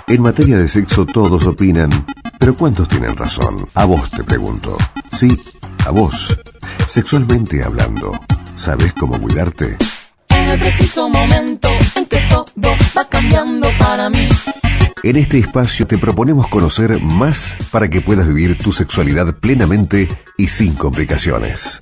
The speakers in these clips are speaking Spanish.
En materia de sexo todos opinan, pero ¿cuántos tienen razón? A vos te pregunto. Sí, a vos. Sexualmente hablando, ¿sabés cómo cuidarte? En el preciso momento en que todo va cambiando para mí. En este espacio te proponemos conocer más para que puedas vivir tu sexualidad plenamente y sin complicaciones.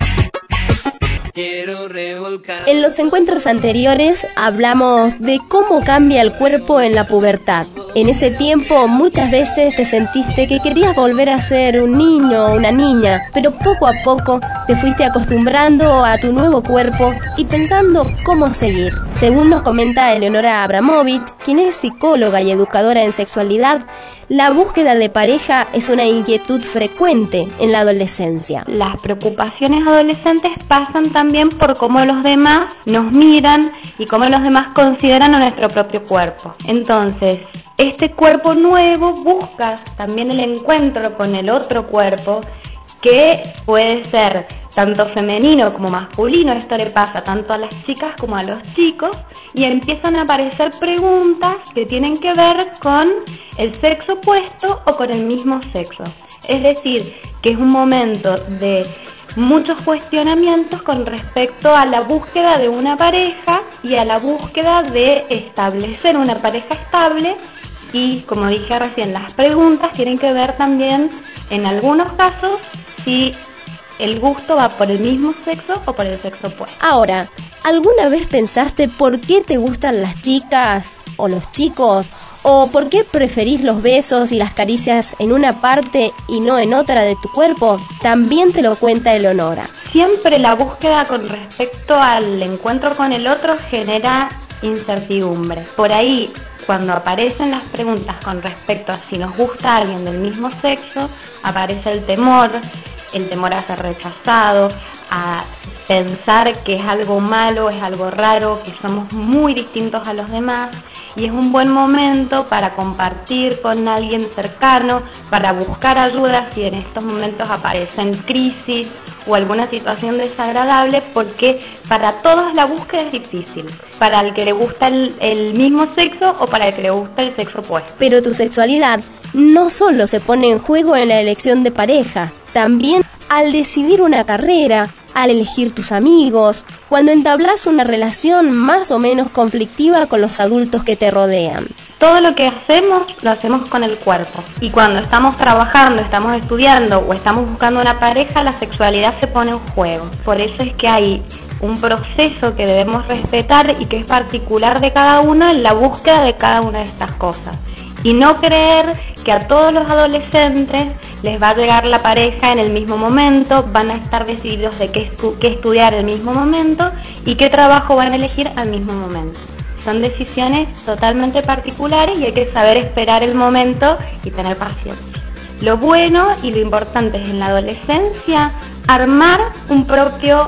En los encuentros anteriores hablamos de cómo cambia el cuerpo en la pubertad. En ese tiempo muchas veces te sentiste que querías volver a ser un niño o una niña, pero poco a poco te fuiste acostumbrando a tu nuevo cuerpo y pensando cómo seguir. Según nos comenta Eleonora Abramovich, quien es psicóloga y educadora en sexualidad, la búsqueda de pareja es una inquietud frecuente en la adolescencia. Las preocupaciones adolescentes pasan también por cómo los demás nos miran y cómo los demás consideran a nuestro propio cuerpo. Entonces, este cuerpo nuevo busca también el encuentro con el otro cuerpo, que puede ser tanto femenino como masculino. Esto le pasa tanto a las chicas como a los chicos, y empiezan a aparecer preguntas que tienen que ver con el sexo opuesto o con el mismo sexo. Es decir, que es un momento de muchos cuestionamientos con respecto a la búsqueda de una pareja y a la búsqueda de establecer una pareja estable. Y como dije recién, las preguntas tienen que ver también, en algunos casos, si el gusto va por el mismo sexo o por el sexo opuesto. Ahora, ¿alguna vez pensaste por qué te gustan las chicas o los chicos? ¿O por qué preferís los besos y las caricias en una parte y no en otra de tu cuerpo? También te lo cuenta Eleonora. Siempre la búsqueda con respecto al encuentro con el otro genera incertidumbre. Por ahí, cuando aparecen las preguntas con respecto a si nos gusta a alguien del mismo sexo, aparece el temor a ser rechazado, a pensar que es algo malo, es algo raro, que somos muy distintos a los demás, y es un buen momento para compartir con alguien cercano, para buscar ayuda si en estos momentos aparecen crisis o alguna situación desagradable, porque para todos la búsqueda es difícil, para el que le gusta el mismo sexo o para el que le gusta el sexo opuesto. Pero tu sexualidad no solo se pone en juego en la elección de pareja, también al decidir una carrera, al elegir tus amigos, cuando entablas una relación más o menos conflictiva con los adultos que te rodean. Todo lo que hacemos, lo hacemos con el cuerpo. Y cuando estamos trabajando, estamos estudiando o estamos buscando una pareja, la sexualidad se pone en juego. Por eso es que hay un proceso que debemos respetar y que es particular de cada uno en la búsqueda de cada una de estas cosas. Y no creer que a todos los adolescentes les va a llegar la pareja en el mismo momento, van a estar decididos de qué estudiar en el mismo momento y qué trabajo van a elegir al mismo momento. Son decisiones totalmente particulares y hay que saber esperar el momento y tener paciencia. Lo bueno y lo importante es en la adolescencia armar un propio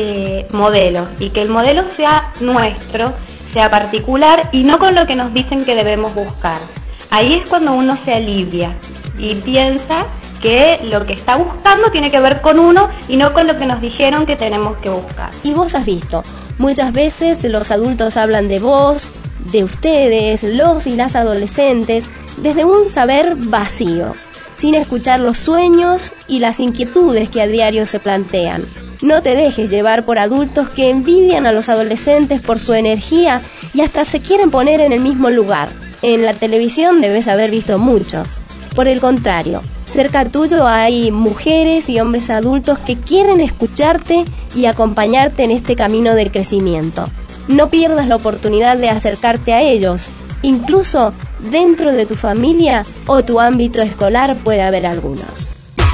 modelo, y que el modelo sea nuestro, sea particular y no con lo que nos dicen que debemos buscar. Ahí es cuando uno se alivia y piensa que lo que está buscando tiene que ver con uno y no con lo que nos dijeron que tenemos que buscar. Y vos has visto, muchas veces los adultos hablan de vos, de ustedes, los y las adolescentes, desde un saber vacío, sin escuchar los sueños y las inquietudes que a diario se plantean. No te dejes llevar por adultos que envidian a los adolescentes por su energía y hasta se quieren poner en el mismo lugar. En la televisión debes haber visto muchos. Por el contrario, cerca tuyo hay mujeres y hombres adultos que quieren escucharte y acompañarte en este camino del crecimiento. No pierdas la oportunidad de acercarte a ellos. Incluso dentro de tu familia o tu ámbito escolar puede haber algunos.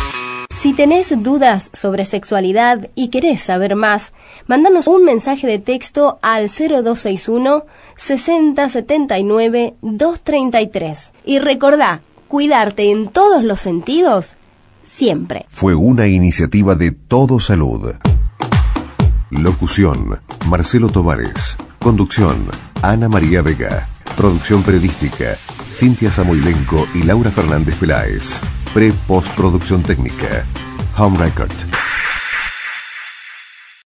Si tenés dudas sobre sexualidad y querés saber más, mándanos un mensaje de texto al 0261 60 79 233. Y recordá, cuidarte en todos los sentidos, siempre. Fue una iniciativa de Todo Salud. Locución, Marcelo Tovares. Conducción, Ana María Vega. Producción periodística, Cintia Samoilenko y Laura Fernández Peláez. Pre-postproducción técnica, Home Record.